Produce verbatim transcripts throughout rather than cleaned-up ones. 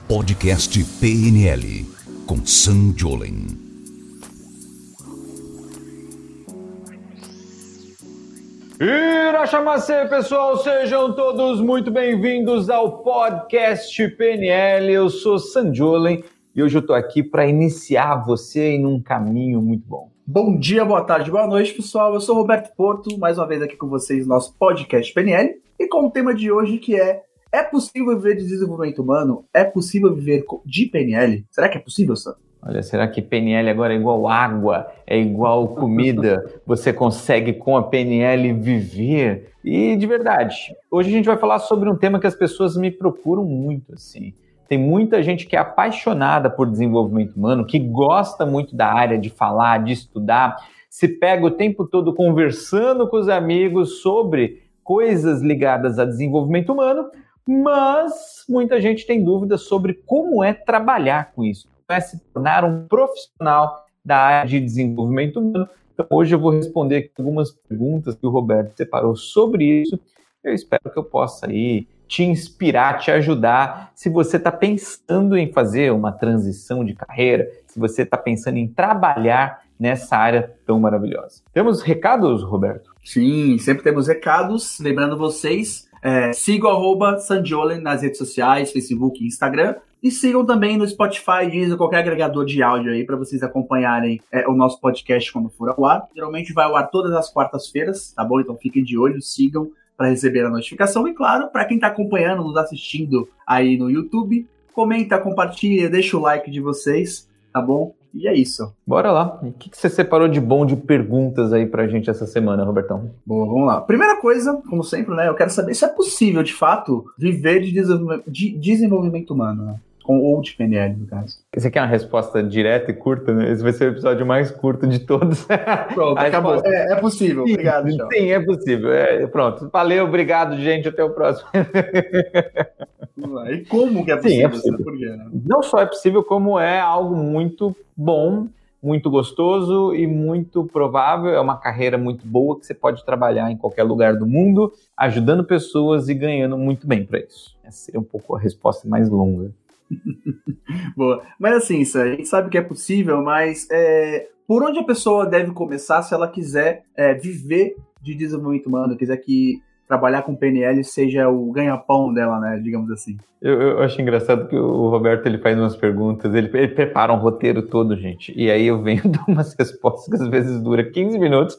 Podcast P N L com Sanjolen. Irachamacê, pessoal, sejam todos muito bem-vindos ao Podcast P N L. Eu sou Sanjolen e hoje eu estou aqui para iniciar você em um caminho muito bom. Bom dia, boa tarde, boa noite, pessoal. Eu sou Roberto Porto, mais uma vez aqui com vocês no nosso Podcast P N L e com o tema de hoje que é: é possível viver de desenvolvimento humano? É possível viver de P N L? Será que é possível, Sam? Olha, será que P N L agora é igual água, é igual comida? Você consegue com a P N L viver? E de verdade, hoje a gente vai falar sobre um tema que as pessoas me procuram muito, assim. Tem muita gente que é apaixonada por desenvolvimento humano, que gosta muito da área de falar, de estudar, se pega o tempo todo conversando com os amigos sobre coisas ligadas a desenvolvimento humano, mas muita gente tem dúvidas sobre como é trabalhar com isso, como é se tornar um profissional da área de desenvolvimento humano. Então, hoje eu vou responder aqui algumas perguntas que o Roberto separou sobre isso. Eu espero que eu possa aí te inspirar, te ajudar, se você está pensando em fazer uma transição de carreira, se você está pensando em trabalhar nessa área tão maravilhosa. Temos recados, Roberto? Sim, sempre temos recados. Lembrando vocês, é, sigam arroba Sanjolen nas redes sociais, Facebook e Instagram. E sigam também no Spotify, Deezer, qualquer agregador de áudio aí para vocês acompanharem é, o nosso podcast quando for ao ar. Geralmente vai ao ar todas as quartas-feiras, tá bom? Então fiquem de olho, sigam para receber a notificação. E claro, para quem está acompanhando, nos assistindo aí no YouTube, comenta, compartilha, deixa o like de vocês, tá bom? E é isso. Bora lá. E o que, que você separou de bom de perguntas aí pra gente essa semana, Robertão? Bom, vamos lá. Primeira coisa, como sempre, né? Eu quero saber se é possível, de fato, viver de desenvolvimento, de desenvolvimento humano, né? Com, ou de P N L, no caso. Você quer uma resposta direta e curta, né? Esse vai ser o episódio mais curto de todos. Pronto, acabou. Resposta... É, é possível. Sim, obrigado, tchau. Sim, é possível. É, pronto. Valeu, obrigado, gente. Até o próximo. E como que é possível? Sim, é possível. Por quê, né? Não só é possível, como é algo muito bom, muito gostoso e muito provável. É uma carreira muito boa que você pode trabalhar em qualquer lugar do mundo, ajudando pessoas e ganhando muito bem para isso. Essa é um pouco a resposta mais longa. Boa. Mas assim, isso, a gente sabe que é possível, mas é, por onde a pessoa deve começar se ela quiser é, viver de desenvolvimento humano, quiser que trabalhar com P N L seja o ganha-pão dela, né, digamos assim? Eu, eu acho engraçado que o Roberto ele faz umas perguntas, ele, ele prepara um roteiro todo, gente, e aí eu venho dar umas respostas que às vezes dura quinze minutos,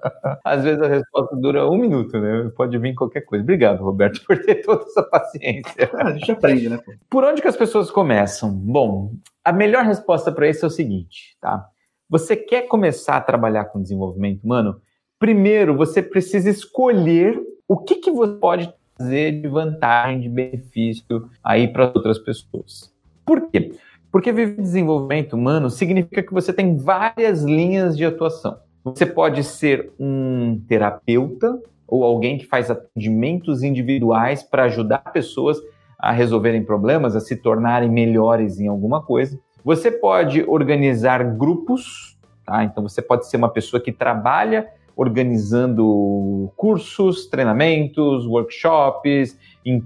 às vezes a resposta dura um minuto, né? Pode vir qualquer coisa. Obrigado, Roberto, por ter toda essa paciência. Ah, a gente aprende, né? Pô? Por onde que as pessoas começam? Bom, a melhor resposta para isso é o seguinte, tá? Você quer começar a trabalhar com desenvolvimento humano? Primeiro, você precisa escolher o que, que você pode trazer de vantagem, de benefício aí para outras pessoas. Por quê? Porque viver desenvolvimento humano significa que você tem várias linhas de atuação. Você pode ser um terapeuta ou alguém que faz atendimentos individuais para ajudar pessoas a resolverem problemas, a se tornarem melhores em alguma coisa. Você pode organizar grupos, tá? Então você pode ser uma pessoa que trabalha organizando cursos, treinamentos, workshops,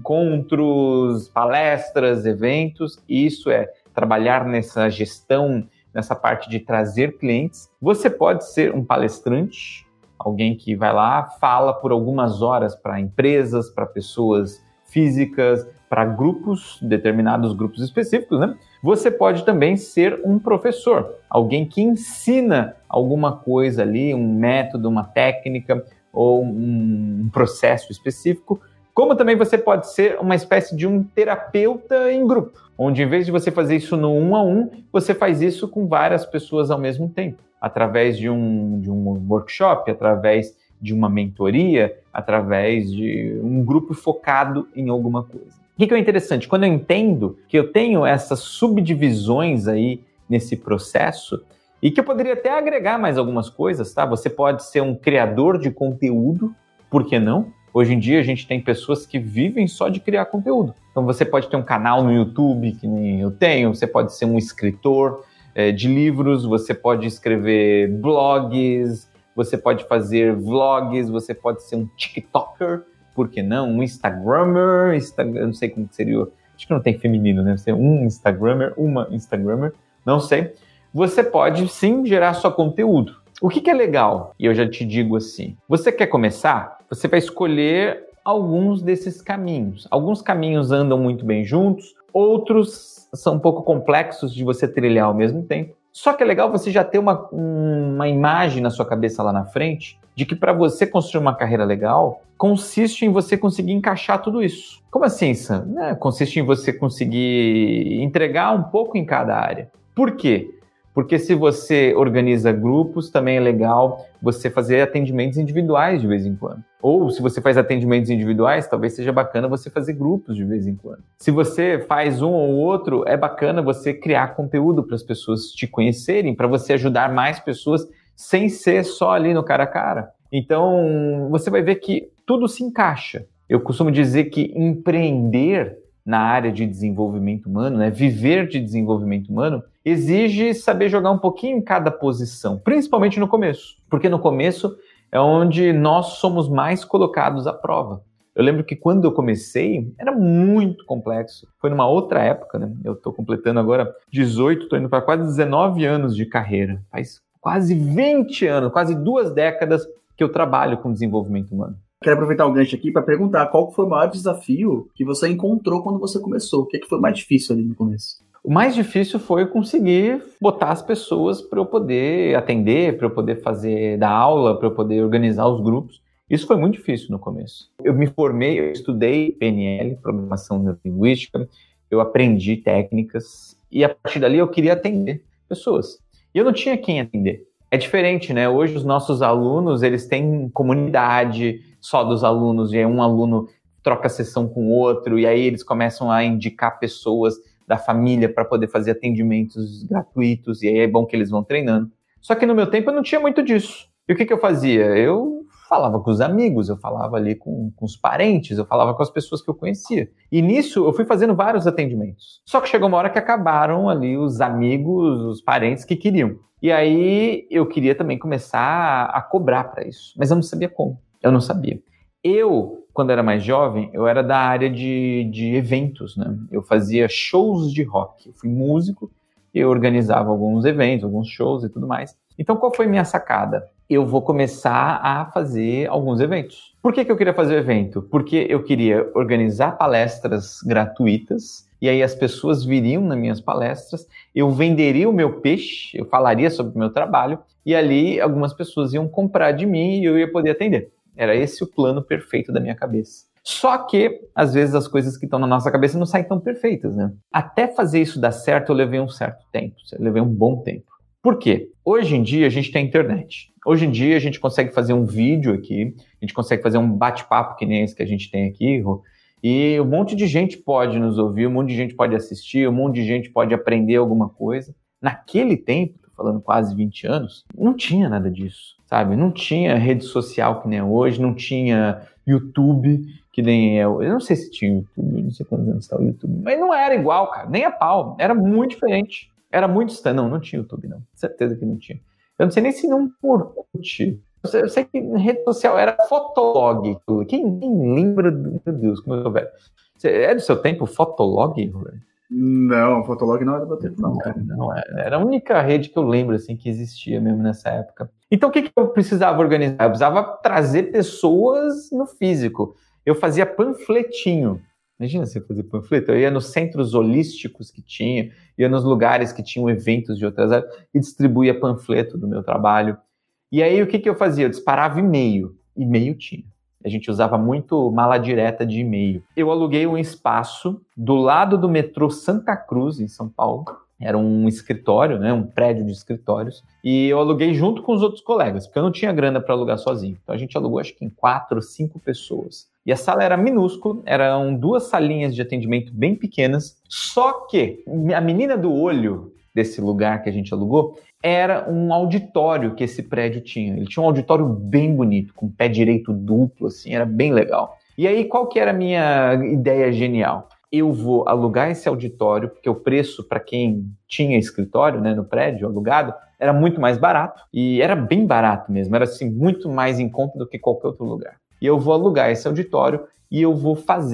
encontros, palestras, eventos. Isso é trabalhar nessa gestão, nessa parte de trazer clientes. Você pode ser um palestrante, alguém que vai lá, fala por algumas horas para empresas, para pessoas físicas, para grupos, determinados grupos específicos, né? Você pode também ser um professor, alguém que ensina alguma coisa ali, um método, uma técnica ou um processo específico. Como também você pode ser uma espécie de um terapeuta em grupo, onde em vez de você fazer isso no um a um, você faz isso com várias pessoas ao mesmo tempo, através de um, de um workshop, através de uma mentoria, através de um grupo focado em alguma coisa. O que é interessante? Quando eu entendo que eu tenho essas subdivisões aí nesse processo e que eu poderia até agregar mais algumas coisas, tá? Você pode ser um criador de conteúdo, por que não? Hoje em dia a gente tem pessoas que vivem só de criar conteúdo. Então você pode ter um canal no YouTube, que nem eu tenho, você pode ser um escritor é, de livros, você pode escrever blogs, você pode fazer vlogs, você pode ser um TikToker, por que não? Um Instagrammer, Insta... eu não sei como seria o acho que não tem feminino, né? Você é um Instagrammer, uma Instagrammer, não sei. Você pode sim gerar só conteúdo. O que, que é legal? E eu já te digo assim, você quer começar? Você vai escolher alguns desses caminhos. Alguns caminhos andam muito bem juntos, outros são um pouco complexos de você trilhar ao mesmo tempo. Só que é legal você já ter uma, uma imagem na sua cabeça lá na frente de que para você construir uma carreira legal, consiste em você conseguir encaixar tudo isso. Como assim, Sam? É, consiste em você conseguir entregar um pouco em cada área. Por quê? Porque se você organiza grupos, também é legal você fazer atendimentos individuais de vez em quando. Ou se você faz atendimentos individuais, talvez seja bacana você fazer grupos de vez em quando. Se você faz um ou outro, é bacana você criar conteúdo para as pessoas te conhecerem, para você ajudar mais pessoas sem ser só ali no cara a cara. Então, você vai ver que tudo se encaixa. Eu costumo dizer que empreender na área de desenvolvimento humano, né, viver de desenvolvimento humano, exige saber jogar um pouquinho em cada posição, principalmente no começo, porque no começo é onde nós somos mais colocados à prova. Eu lembro que quando eu comecei, era muito complexo. Foi numa outra época, né? Eu estou completando agora dezoito, estou indo para quase dezenove anos de carreira. Faz quase vinte anos, quase duas décadas que eu trabalho com desenvolvimento humano. Quero aproveitar o gancho aqui para perguntar qual foi o maior desafio que você encontrou quando você começou? O que, é que foi mais difícil ali no começo? O mais difícil foi conseguir botar as pessoas para eu poder atender, para eu poder fazer dar aula, para eu poder organizar os grupos. Isso foi muito difícil no começo. Eu me formei, eu estudei P N L, Programação Neurolinguística, eu aprendi técnicas e a partir dali eu queria atender pessoas. E eu não tinha quem atender. É diferente, né? Hoje os nossos alunos, eles têm comunidade só dos alunos, e aí um aluno troca sessão com o outro, e aí eles começam a indicar pessoas da família para poder fazer atendimentos gratuitos, e aí é bom que eles vão treinando. Só que no meu tempo eu não tinha muito disso. E o que, que eu fazia? Eu falava com os amigos, eu falava ali com, com os parentes, eu falava com as pessoas que eu conhecia. E nisso eu fui fazendo vários atendimentos. Só que chegou uma hora que acabaram ali os amigos, os parentes que queriam. E aí eu queria também começar a cobrar para isso, mas eu não sabia como, eu não sabia. Eu, quando era mais jovem, eu era da área de, de eventos, né? Eu fazia shows de rock, eu fui músico e eu organizava alguns eventos, alguns shows e tudo mais. Então qual foi minha sacada? Eu vou começar a fazer alguns eventos. Por que que eu queria fazer o evento? Porque eu queria organizar palestras gratuitas, e aí as pessoas viriam nas minhas palestras, eu venderia o meu peixe, eu falaria sobre o meu trabalho, e ali algumas pessoas iam comprar de mim e eu ia poder atender. Era esse o plano perfeito da minha cabeça. Só que, às vezes, as coisas que estão na nossa cabeça não saem tão perfeitas, né? Até fazer isso dar certo, eu levei um certo tempo, eu levei um bom tempo. Por quê? Hoje em dia a gente tem internet. Hoje em dia a gente consegue fazer um vídeo aqui, a gente consegue fazer um bate-papo que nem esse que a gente tem aqui, e um monte de gente pode nos ouvir, um monte de gente pode assistir, um monte de gente pode aprender alguma coisa. Naquele tempo, tô falando quase vinte anos, não tinha nada disso, sabe? Não tinha rede social que nem é hoje, não tinha YouTube que nem é hoje. Eu não sei se tinha YouTube, não sei quantos anos está o YouTube, mas não era igual, cara, nem a pau, era muito diferente. Era muito distante. Não, não tinha YouTube, não. Certeza que não tinha. Eu não sei nem se não Orkut. Eu sei, eu sei que rede social era Fotolog. Quem, quem lembra? Do, meu Deus, como eu tô velho. É do seu tempo, Fotolog, Roberto? Não, Fotolog não era do meu tempo, não, cara. Não, era a única rede que eu lembro, assim, que existia mesmo nessa época. Então, o que, que eu precisava organizar? Eu precisava trazer pessoas no físico. Eu fazia panfletinho. Imagina você fazer panfleto. Eu ia nos centros holísticos que tinha, ia nos lugares que tinham eventos de outras áreas e distribuía panfleto do meu trabalho. E aí, o que, que eu fazia? Eu disparava e-mail. E-mail tinha. A gente usava muito mala direta de e-mail. Eu aluguei um espaço do lado do metrô Santa Cruz, em São Paulo. Era um escritório, né, um prédio de escritórios. E eu aluguei junto com os outros colegas, porque eu não tinha grana para alugar sozinho. Então a gente alugou, acho que em quatro, cinco pessoas. E a sala era minúscula, eram duas salinhas de atendimento bem pequenas. Só que a menina do olho desse lugar que a gente alugou era um auditório que esse prédio tinha. Ele tinha um auditório bem bonito, com pé direito duplo, assim, era bem legal. E aí, qual que era a minha ideia genial? Eu vou alugar esse auditório, porque o preço para quem tinha escritório, né, no prédio alugado, era muito mais barato. E era bem barato mesmo, era assim, muito mais em conta do que qualquer outro lugar. E eu vou alugar esse auditório e eu vou fazer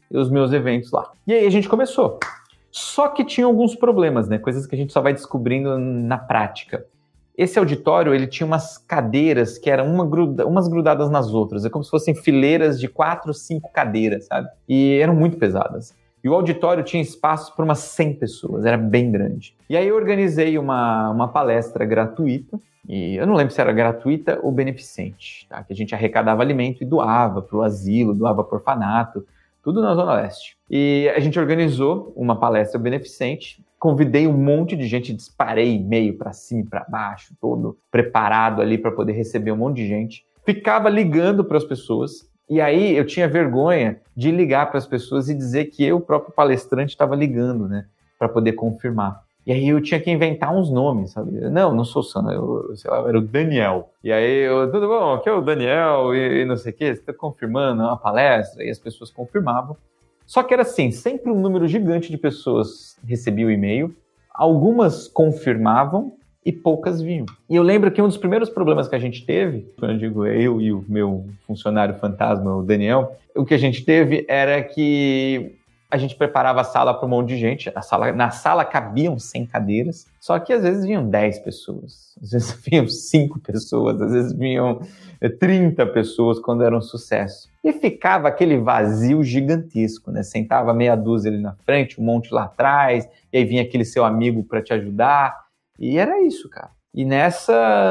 os meus eventos lá. E aí a gente começou. Só que tinha alguns problemas, né? Coisas que a gente só vai descobrindo na prática. Esse auditório, ele tinha umas cadeiras que eram uma gruda, umas grudadas nas outras. É como se fossem fileiras de quatro, cinco cadeiras, sabe? E eram muito pesadas. E o auditório tinha espaço para umas cem pessoas, era bem grande. E aí eu organizei uma, uma palestra gratuita, e eu não lembro se era gratuita ou beneficente, tá? Que a gente arrecadava alimento e doava para o asilo, doava para o orfanato, tudo na Zona Leste. E a gente organizou uma palestra beneficente, convidei um monte de gente, disparei e-mail para cima e para baixo, todo preparado ali para poder receber um monte de gente. Ficava ligando para as pessoas, e aí eu tinha vergonha de ligar para as pessoas e dizer que eu, o próprio palestrante, estava ligando, né, para poder confirmar. E aí eu tinha que inventar uns nomes, sabe? Não, não sou o Sandro, eu, sei lá, eu era o Daniel. E aí eu, tudo bom, aqui é o Daniel e, e não sei o quê, você está confirmando a palestra? E as pessoas confirmavam. Só que era assim, sempre um número gigante de pessoas recebia o e-mail, algumas confirmavam e poucas vinham. E eu lembro que um dos primeiros problemas que a gente teve, quando eu digo eu e o meu funcionário fantasma, o Daniel, o que a gente teve era que a gente preparava a sala para um monte de gente. A sala, na sala cabiam cem cadeiras, só que às vezes vinham dez pessoas, às vezes vinham cinco pessoas, às vezes vinham trinta pessoas quando era um sucesso. E ficava aquele vazio gigantesco, né? Sentava meia dúzia ali na frente, um monte lá atrás, e aí vinha aquele seu amigo para te ajudar. E era isso, cara. E nessa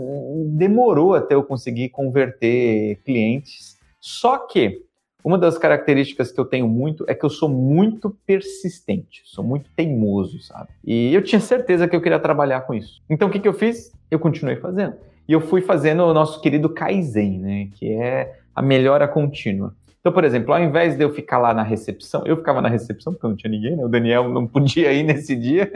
demorou até eu conseguir converter clientes. Só que uma das características que eu tenho muito é que eu sou muito persistente, sou muito teimoso, sabe? E eu tinha certeza que eu queria trabalhar com isso. Então o que, que eu fiz? Eu continuei fazendo. E eu fui fazendo o nosso querido Kaizen, né? Que é a melhora contínua. Então, por exemplo, ao invés de eu ficar lá na recepção, eu ficava na recepção porque não tinha ninguém, né? O Daniel não podia ir nesse dia.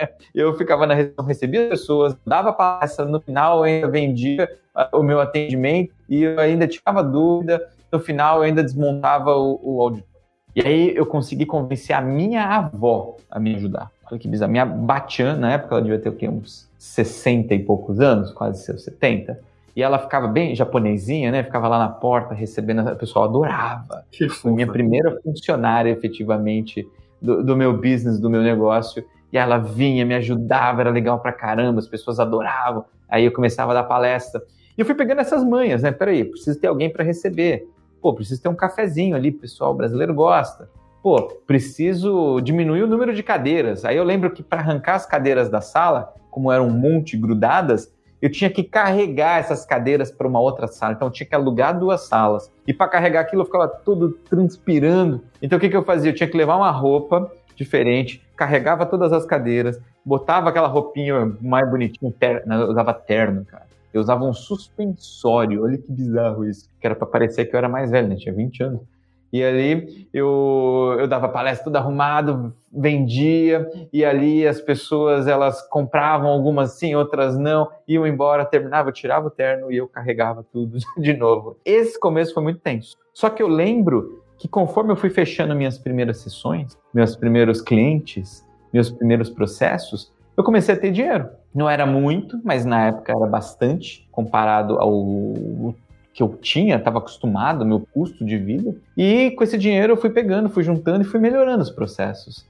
Eu ficava na recepção, recebia as pessoas, dava palestra, no final eu ainda vendia o meu atendimento e eu ainda tirava dúvida. No final, eu ainda desmontava o, o auditório. E aí, eu consegui convencer a minha avó a me ajudar. Olha que bizarro. Minha batiã, na época, ela devia ter o quê? Uns sessenta e poucos anos, quase seus setenta. E ela ficava bem japonesinha, né? Ficava lá na porta, recebendo... O pessoal adorava. Que Foi minha primeira funcionária, efetivamente, do, do meu business, do meu negócio. E ela vinha, me ajudava, era legal pra caramba, as pessoas adoravam. Aí eu começava a dar palestra. E eu fui pegando essas manhas, né? Peraí, preciso ter alguém para receber. Pô, preciso ter um cafezinho ali, o pessoal brasileiro gosta. Pô, preciso diminuir o número de cadeiras. Aí eu lembro que para arrancar as cadeiras da sala, como eram um monte grudadas, eu tinha que carregar essas cadeiras para uma outra sala. Então eu tinha que alugar duas salas. E para carregar aquilo eu ficava todo transpirando. Então o que, que eu fazia? Eu tinha que levar uma roupa diferente, carregava todas as cadeiras, botava aquela roupinha mais bonitinha, terno, eu usava terno, cara. Eu usava um suspensório, olha que bizarro isso, que era para parecer que eu era mais velho, né? Tinha vinte anos. E ali eu, eu dava palestra tudo arrumado, vendia, e ali as pessoas, elas compravam algumas sim, outras não, iam embora, terminava, eu tirava o terno e eu carregava tudo de novo. Esse começo foi muito tenso. Só que eu lembro que conforme eu fui fechando minhas primeiras sessões, meus primeiros clientes, meus primeiros processos, eu comecei a ter dinheiro. Não era muito, mas na época era bastante, comparado ao que eu tinha, estava acostumado, ao meu custo de vida. E com esse dinheiro eu fui pegando, fui juntando e fui melhorando os processos.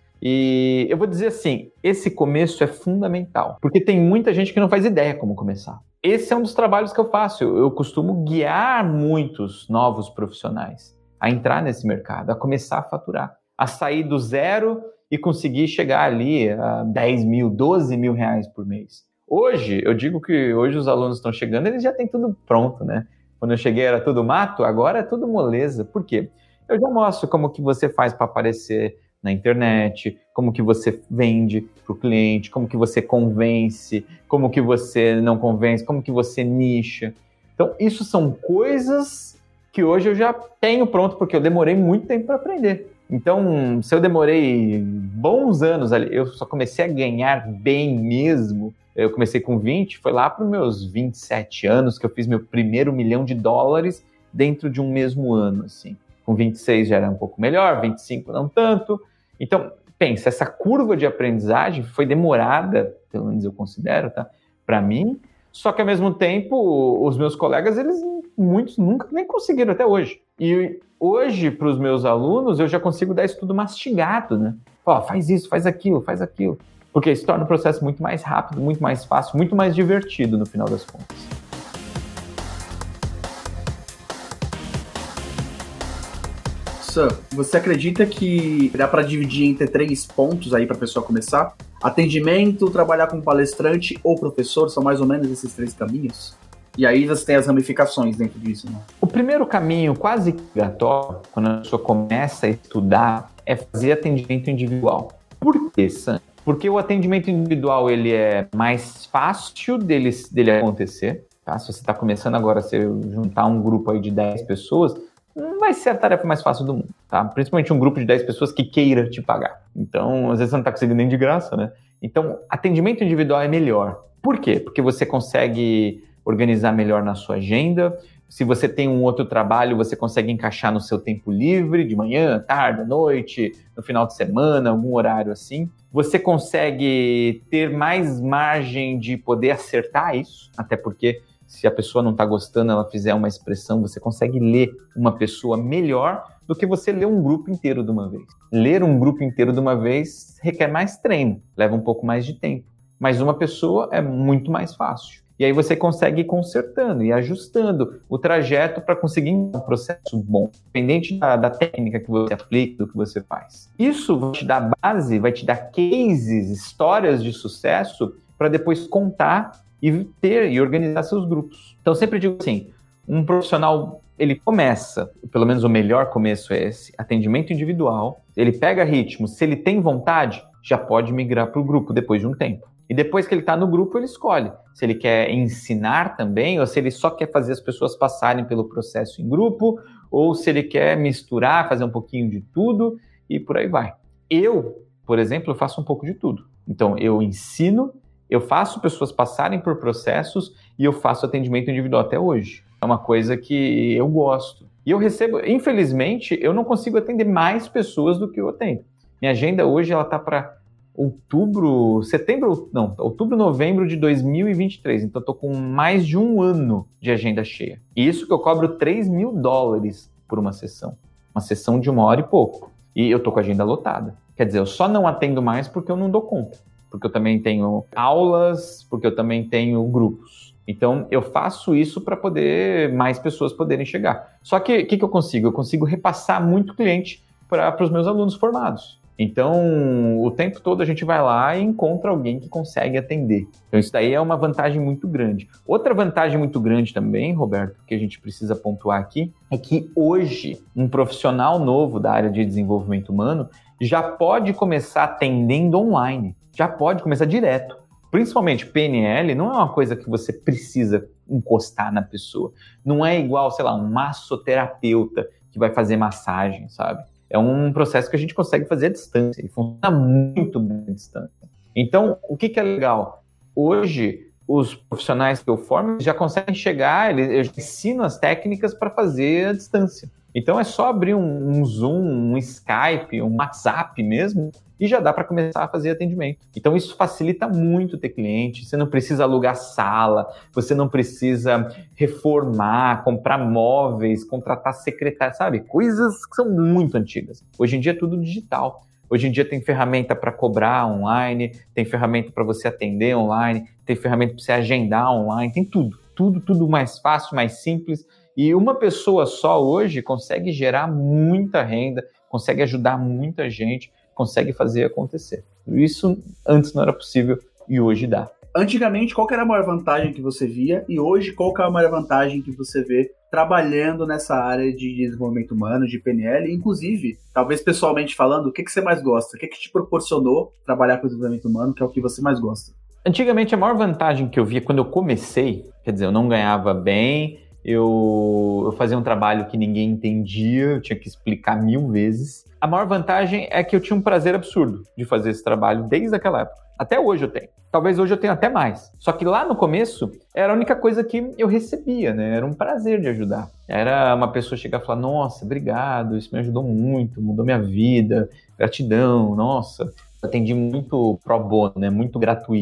E eu vou dizer assim, esse começo é fundamental, porque tem muita gente que não faz ideia como começar. Esse é um dos trabalhos que eu faço. Eu, eu costumo guiar muitos novos profissionais a entrar nesse mercado, a começar a faturar, a sair do zero e conseguir chegar ali a dez mil, doze mil reais por mês. Hoje, eu digo que hoje os alunos estão chegando, eles já têm tudo pronto, né? Quando eu cheguei era tudo mato, agora é tudo moleza. Por quê? Eu já mostro como que você faz para aparecer na internet, como que você vende para o cliente, como que você convence, como que você não convence, como que você nicha. Então, isso são coisas que hoje eu já tenho pronto, porque eu demorei muito tempo para aprender. Então, se eu demorei bons anos ali, eu só comecei a ganhar bem mesmo, eu comecei com vinte, foi lá para os meus vinte e sete anos que eu fiz meu primeiro milhão de dólares dentro de um mesmo ano, assim. Com vinte e seis já era um pouco melhor, vinte e cinco não tanto. Então, pensa, essa curva de aprendizagem foi demorada, pelo menos eu considero, tá? Para mim, só que ao mesmo tempo, os meus colegas, eles muitos nunca nem conseguiram até hoje. E hoje, para os meus alunos, eu já consigo dar isso tudo mastigado, né? Ó, faz isso, faz aquilo, faz aquilo. Porque isso torna o processo muito mais rápido, muito mais fácil, muito mais divertido no final das contas. Sam, você acredita que dá para dividir entre três pontos aí para a pessoa começar? Atendimento, trabalhar com palestrante ou professor, são mais ou menos esses três caminhos? E aí você tem as ramificações dentro disso, né? O primeiro caminho, quase obrigatório, quando a pessoa começa a estudar, é fazer atendimento individual. Por quê, Sam? Porque o atendimento individual ele é mais fácil dele, dele acontecer. Tá? Se você está começando agora, você juntar um grupo aí de dez pessoas, não vai ser a tarefa mais fácil do mundo, tá? Principalmente um grupo de dez pessoas que queira te pagar. Então, às vezes você não está conseguindo nem de graça, né? Então, atendimento individual é melhor. Por quê? Porque você consegue organizar melhor na sua agenda. Se você tem um outro trabalho, você consegue encaixar no seu tempo livre, de manhã, tarde, à noite, no final de semana, algum horário assim. Você consegue ter mais margem de poder acertar isso, até porque se a pessoa não está gostando, ela fizer uma expressão, você consegue ler uma pessoa melhor do que você ler um grupo inteiro de uma vez. Ler um grupo inteiro de uma vez requer mais treino, leva um pouco mais de tempo. Mas uma pessoa é muito mais fácil. E aí você consegue ir consertando e ajustando o trajeto para conseguir um processo bom, independente da, da técnica que você aplica, do que você faz. Isso vai te dar base, vai te dar cases, histórias de sucesso para depois contar e ter e organizar seus grupos. Então, sempre digo assim, um profissional, ele começa, pelo menos o melhor começo é esse, atendimento individual, ele pega ritmo, se ele tem vontade, já pode migrar para o grupo depois de um tempo. E depois que ele está no grupo, ele escolhe se ele quer ensinar também, ou se ele só quer fazer as pessoas passarem pelo processo em grupo, ou se ele quer misturar, fazer um pouquinho de tudo, e por aí vai. Eu, por exemplo, eu faço um pouco de tudo. Então, eu ensino, eu faço pessoas passarem por processos e eu faço atendimento individual até hoje. É uma coisa que eu gosto. E eu recebo, infelizmente, eu não consigo atender mais pessoas do que eu atendo. Minha agenda hoje, ela está para outubro, setembro, não, outubro, novembro de dois mil e vinte e três. Então, eu estou com mais de um ano de agenda cheia. E isso que eu cobro três mil dólares por uma sessão. Uma sessão de uma hora e pouco. E eu estou com a agenda lotada. Quer dizer, eu só não atendo mais porque eu não dou conta. Porque eu também tenho aulas, porque eu também tenho grupos. Então, eu faço isso para poder mais pessoas poderem chegar. Só que o que, que eu consigo? Eu consigo repassar muito cliente para os meus alunos formados. Então, o tempo todo a gente vai lá e encontra alguém que consegue atender. Então, isso daí é uma vantagem muito grande. Outra vantagem muito grande também, Roberto, que a gente precisa pontuar aqui, é que hoje, um profissional novo da área de desenvolvimento humano já pode começar atendendo online. Já pode começar direto. Principalmente P N L não é uma coisa que você precisa encostar na pessoa. Não é igual, sei lá, um massoterapeuta que vai fazer massagem, sabe? É um processo que a gente consegue fazer à distância e funciona muito bem à distância. Então, o que, que é legal? Hoje, os profissionais que eu formo já conseguem chegar, eu já ensino as técnicas para fazer à distância. Então, é só abrir um, um Zoom, um Skype, um WhatsApp mesmo, e já dá para começar a fazer atendimento. Então, isso facilita muito ter cliente, você não precisa alugar sala, você não precisa reformar, comprar móveis, contratar secretária, sabe? Coisas que são muito antigas. Hoje em dia é tudo digital. Hoje em dia tem ferramenta para cobrar online, tem ferramenta para você atender online, tem ferramenta para você agendar online, tem tudo. Tudo, tudo mais fácil, mais simples. E uma pessoa só hoje consegue gerar muita renda, consegue ajudar muita gente, consegue fazer acontecer. Isso antes não era possível e hoje dá. Antigamente, qual que era a maior vantagem que você via e hoje qual que é a maior vantagem que você vê trabalhando nessa área de desenvolvimento humano, de P N L? Inclusive, talvez pessoalmente falando, o que, que você mais gosta? O que, que te proporcionou trabalhar com desenvolvimento humano, que é o que você mais gosta? Antigamente, a maior vantagem que eu via quando eu comecei, quer dizer, eu não ganhava bem, eu, eu fazia um trabalho que ninguém entendia, eu tinha que explicar mil vezes. A maior vantagem é que eu tinha um prazer absurdo de fazer esse trabalho desde aquela época. Até hoje eu tenho. Talvez hoje eu tenha até mais. Só que lá no começo, era a única coisa que eu recebia, né? Era um prazer de ajudar. Era uma pessoa chegar e falar, nossa, obrigado, isso me ajudou muito, mudou minha vida, gratidão, nossa. Eu atendi muito pro bono, né? Muito gratuito.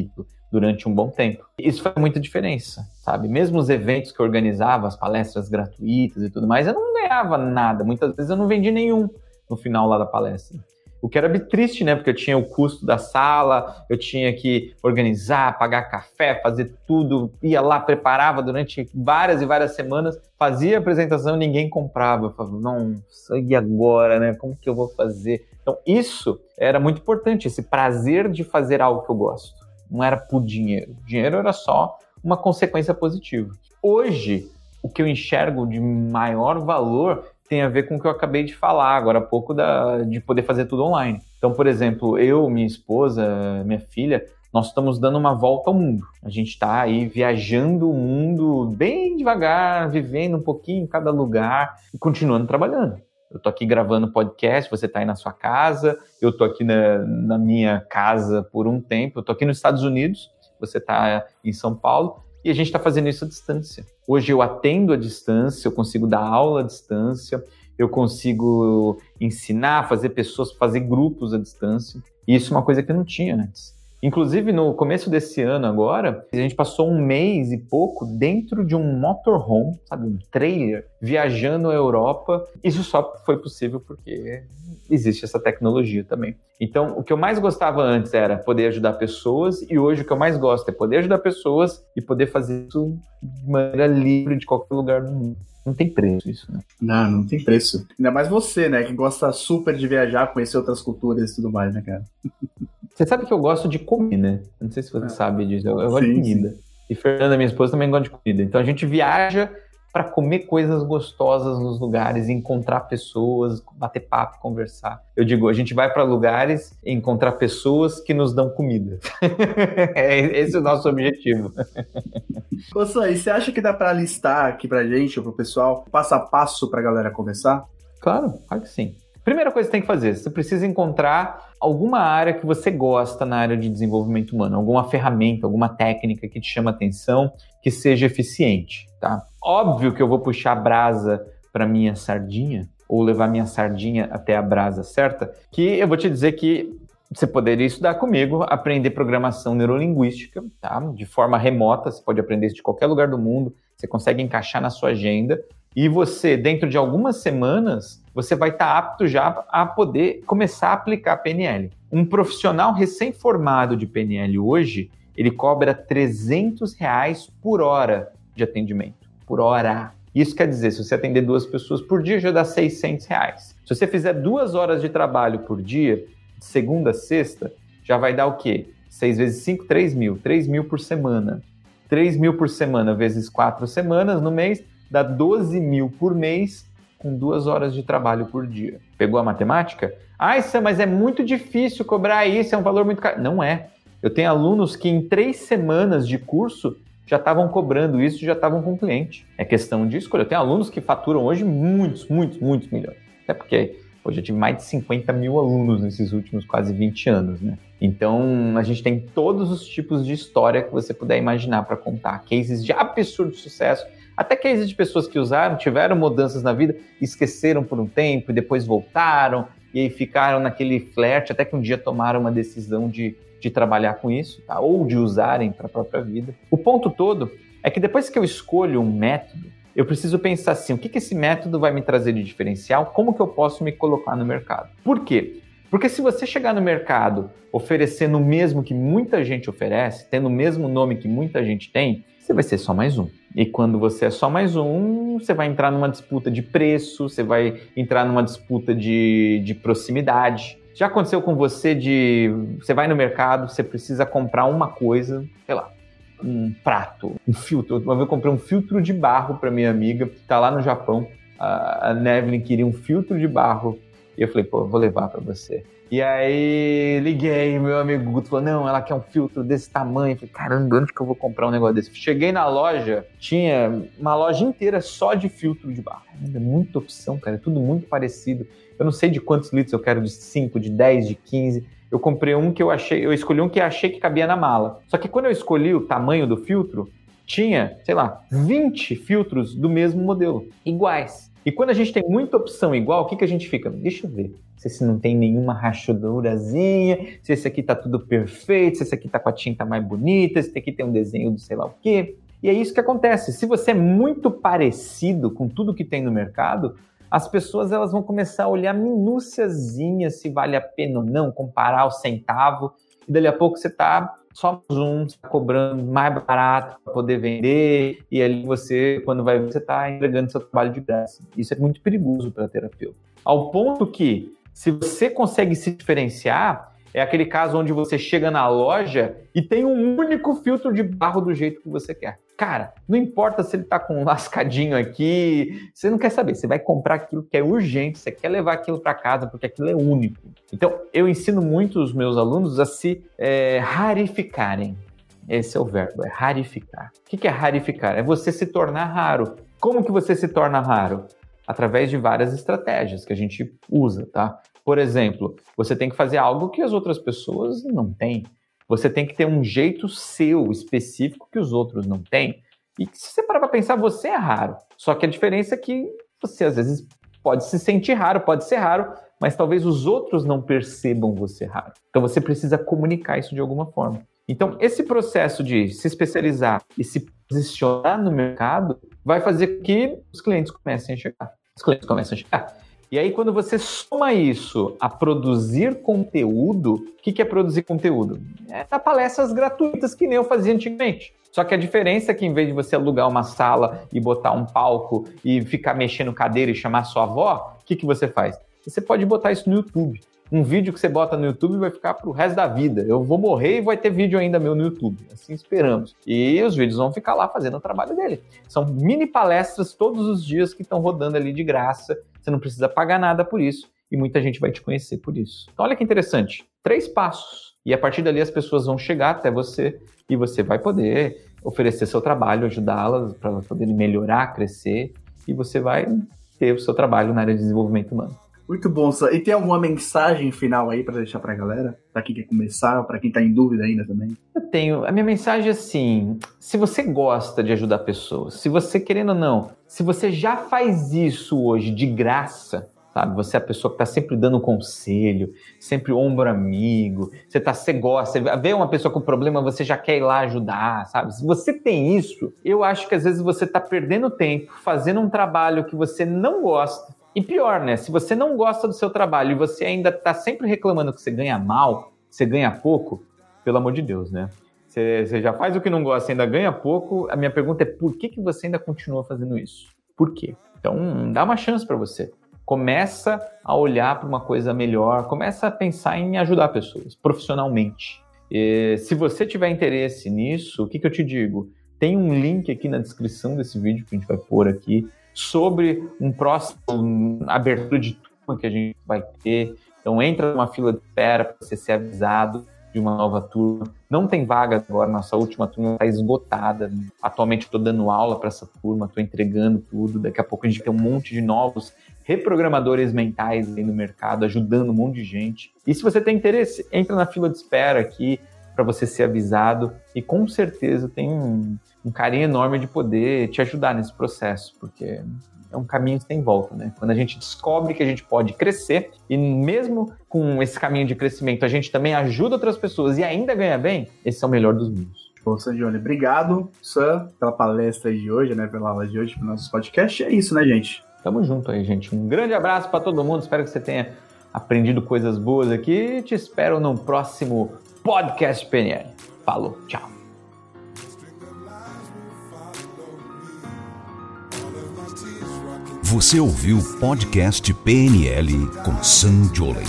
durante um bom tempo. Isso faz muita diferença, sabe? Mesmo os eventos que eu organizava, as palestras gratuitas e tudo mais, eu não ganhava nada. Muitas vezes eu não vendi nenhum no final lá da palestra. O que era triste, né? Porque eu tinha o custo da sala, eu tinha que organizar, pagar café, fazer tudo, ia lá, preparava durante várias e várias semanas, fazia a apresentação e ninguém comprava. Eu falava, nossa, e agora, né? Como que eu vou fazer? Então, isso era muito importante, esse prazer de fazer algo que eu gosto. Não era por dinheiro. Dinheiro era só uma consequência positiva. Hoje, o que eu enxergo de maior valor tem a ver com o que eu acabei de falar agora há pouco, da, de poder fazer tudo online. Então, por exemplo, eu, minha esposa, minha filha, nós estamos dando uma volta ao mundo. A gente está aí viajando o mundo bem devagar, vivendo um pouquinho em cada lugar e continuando trabalhando. Eu estou aqui gravando podcast, você está aí na sua casa, eu estou aqui na, na minha casa por um tempo, eu estou aqui nos Estados Unidos, você está em São Paulo, e a gente está fazendo isso à distância. Hoje eu atendo à distância, eu consigo dar aula à distância, eu consigo ensinar, fazer pessoas, fazer grupos à distância. E isso é uma coisa que eu não tinha antes. Inclusive, no começo desse ano agora, a gente passou um mês e pouco dentro de um motorhome, sabe, um trailer, viajando a Europa. Isso só foi possível porque existe essa tecnologia também. Então, o que eu mais gostava antes era poder ajudar pessoas, e hoje o que eu mais gosto é poder ajudar pessoas e poder fazer isso de maneira livre de qualquer lugar do mundo. Não tem preço isso, né? Não, não tem preço. Ainda mais você, né, que gosta super de viajar, conhecer outras culturas e tudo mais, né, cara? Você sabe que eu gosto de comer, né? Não sei se você ah, sabe disso. Eu, eu gosto sim, de comida. Sim. E Fernanda, minha esposa, também gosta de comida. Então a gente viaja para comer coisas gostosas nos lugares, encontrar pessoas, bater papo, conversar. Eu digo, a gente vai para lugares e encontrar pessoas que nos dão comida. Esse é o nosso objetivo. Ô, Sam, e você acha que dá para listar aqui pra gente, ou pro pessoal, passo a passo pra galera começar? Claro, claro que sim. Primeira coisa que você tem que fazer, você precisa encontrar alguma área que você gosta na área de desenvolvimento humano, alguma ferramenta, alguma técnica que te chama atenção, que seja eficiente, tá? Óbvio que eu vou puxar a brasa para minha sardinha, ou levar minha sardinha até a brasa certa, que eu vou te dizer que você poderia estudar comigo, aprender programação neurolinguística, tá? De forma remota, você pode aprender isso de qualquer lugar do mundo, você consegue encaixar na sua agenda, e você, dentro de algumas semanas, você vai estar apto já a poder começar a aplicar P N L. Um profissional recém-formado de P N L hoje, ele cobra trezentos reais por hora de atendimento. Por hora. Isso quer dizer, se você atender duas pessoas por dia, já dá seiscentos reais. Se você fizer duas horas de trabalho por dia, de segunda a sexta, já vai dar o quê? seis vezes cinco, três mil. três mil por semana. três mil por semana vezes quatro semanas no mês, dá doze mil por mês com duas horas de trabalho por dia. Pegou a matemática? Ah, Sam, mas é muito difícil cobrar isso, é um valor muito caro. Não é. Eu tenho alunos que em três semanas de curso já estavam cobrando isso, já estavam com cliente. É questão de escolha. Eu tenho alunos que faturam hoje muitos, muitos, muitos milhões. Até porque hoje eu tive mais de cinquenta mil alunos nesses últimos quase vinte anos, né? Então, a gente tem todos os tipos de história que você puder imaginar para contar. Cases de absurdo sucesso, até cases de pessoas que usaram, tiveram mudanças na vida, esqueceram por um tempo e depois voltaram e aí ficaram naquele flerte, até que um dia tomaram uma decisão de, de trabalhar com isso, tá? Ou de usarem para a própria vida. O ponto todo é que depois que eu escolho um método, eu preciso pensar assim, o que, que esse método vai me trazer de diferencial, como que eu posso me colocar no mercado. Por quê? Porque se você chegar no mercado oferecendo o mesmo que muita gente oferece, tendo o mesmo nome que muita gente tem, você vai ser só mais um. E quando você é só mais um, você vai entrar numa disputa de preço, você vai entrar numa disputa de, de proximidade. Já aconteceu com você de... Você vai no mercado, você precisa comprar uma coisa, sei lá, um prato, um filtro. Uma vez eu comprei um filtro de barro para minha amiga, que está lá no Japão. A Neville queria um filtro de barro. E eu falei, pô, vou levar para você. E aí liguei, meu amigo Guto falou, não, ela quer um filtro desse tamanho. Eu falei, caramba, onde que eu vou comprar um negócio desse? Cheguei na loja, tinha uma loja inteira só de filtro de barro. É muita opção, cara, é tudo muito parecido. Eu não sei de quantos litros eu quero, de cinco, de dez, de quinze. Eu comprei um que eu achei, eu escolhi um que eu achei que cabia na mala. Só que quando eu escolhi o tamanho do filtro, tinha, sei lá, vinte filtros do mesmo modelo, iguais. E quando a gente tem muita opção igual, o que, que a gente fica? Deixa eu ver se esse não tem nenhuma rachadurazinha, se esse aqui tá tudo perfeito, se esse aqui tá com a tinta mais bonita, se esse aqui tem um desenho do sei lá o quê. E é isso que acontece. Se você é muito parecido com tudo que tem no mercado, as pessoas elas vão começar a olhar minúciazinhas se vale a pena ou não, comparar o centavo, e dali a pouco você tá só um, você tá cobrando mais barato para poder vender, e ali você, quando vai ver, você está entregando seu trabalho de graça. Isso é muito perigoso para terapeuta. Ao ponto que, se você consegue se diferenciar, é aquele caso onde você chega na loja e tem um único filtro de barro do jeito que você quer. Cara, não importa se ele tá com um lascadinho aqui, você não quer saber, você vai comprar aquilo que é urgente, você quer levar aquilo para casa porque aquilo é único. Então, eu ensino muito os meus alunos a se é, rarificarem. Esse é o verbo, é rarificar. O que é rarificar? É você se tornar raro. Como que você se torna raro? Através de várias estratégias que a gente usa, tá? Por exemplo, você tem que fazer algo que as outras pessoas não têm. Você tem que ter um jeito seu, específico, que os outros não têm. E se você parar para pensar, você é raro. Só que a diferença é que você, às vezes, pode se sentir raro, pode ser raro, mas talvez os outros não percebam você raro. Então, você precisa comunicar isso de alguma forma. Então, esse processo de se especializar e se posicionar no mercado vai fazer com que os clientes comecem a chegar. Os clientes começam a chegar. E aí, quando você soma isso a produzir conteúdo, o que, que é produzir conteúdo? É dar palestras gratuitas, que nem eu fazia antigamente. Só que a diferença é que, em vez de você alugar uma sala e botar um palco e ficar mexendo cadeira e chamar sua avó, o que, que você faz? Você pode botar isso no YouTube. Um vídeo que você bota no YouTube vai ficar pro resto da vida. Eu vou morrer e vai ter vídeo ainda meu no YouTube. Assim esperamos. E os vídeos vão ficar lá fazendo o trabalho dele. São mini palestras todos os dias que estão rodando ali de graça. Você não precisa pagar nada por isso. E muita gente vai te conhecer por isso. Então olha que interessante. Três passos. E a partir dali as pessoas vão chegar até você e você vai poder oferecer seu trabalho, ajudá-las para poderem melhorar, crescer. E você vai ter o seu trabalho na área de desenvolvimento humano. Muito bom, Sam. E tem alguma mensagem final aí para deixar pra galera? Pra quem quer começar, pra quem tá em dúvida ainda também? Eu tenho. A minha mensagem é assim, se você gosta de ajudar pessoas, se você, querendo ou não, se você já faz isso hoje de graça, sabe? Você é a pessoa que tá sempre dando conselho, sempre ombro amigo, você, tá, você gosta, você vê uma pessoa com problema, você já quer ir lá ajudar, sabe? Se você tem isso, eu acho que às vezes você tá perdendo tempo fazendo um trabalho que você não gosta. E pior, né? Se você não gosta do seu trabalho e você ainda está sempre reclamando que você ganha mal, você ganha pouco, pelo amor de Deus, né? Você, você já faz o que não gosta e ainda ganha pouco, a minha pergunta é por que, que você ainda continua fazendo isso? Por quê? Então, dá uma chance para você. Começa a olhar para uma coisa melhor, começa a pensar em ajudar pessoas, profissionalmente. E, se você tiver interesse nisso, o que, que eu te digo? Tem um link aqui na descrição desse vídeo que a gente vai pôr aqui, sobre um próximo um, abertura de turma que a gente vai ter. Então entra numa fila de espera para você ser avisado de uma nova turma. Não tem vaga agora, nossa última turma está esgotada. Atualmente estou dando aula para essa turma, estou entregando tudo. Daqui a pouco a gente tem um monte de novos reprogramadores mentais aí no mercado, ajudando um monte de gente. E se você tem interesse, entra na fila de espera aqui para você ser avisado e com certeza tem um um carinho enorme de poder te ajudar nesse processo, porque é um caminho sem volta, né? Quando a gente descobre que a gente pode crescer, e mesmo com esse caminho de crescimento, a gente também ajuda outras pessoas e ainda ganha bem, esse é o melhor dos mundos. Bom, Sandione, obrigado, Sam, pela palestra de hoje, né? Pela aula de hoje, pelo nosso podcast. É isso, né, gente? Tamo junto aí, gente. Um grande abraço para todo mundo. Espero que você tenha aprendido coisas boas aqui e te espero no próximo Podcast P N L. Falou, tchau. Você ouviu o podcast P N L com Sam Jolen.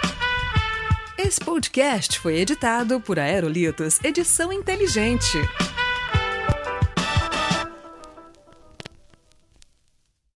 Esse podcast foi editado por Aerolitos Edição Inteligente.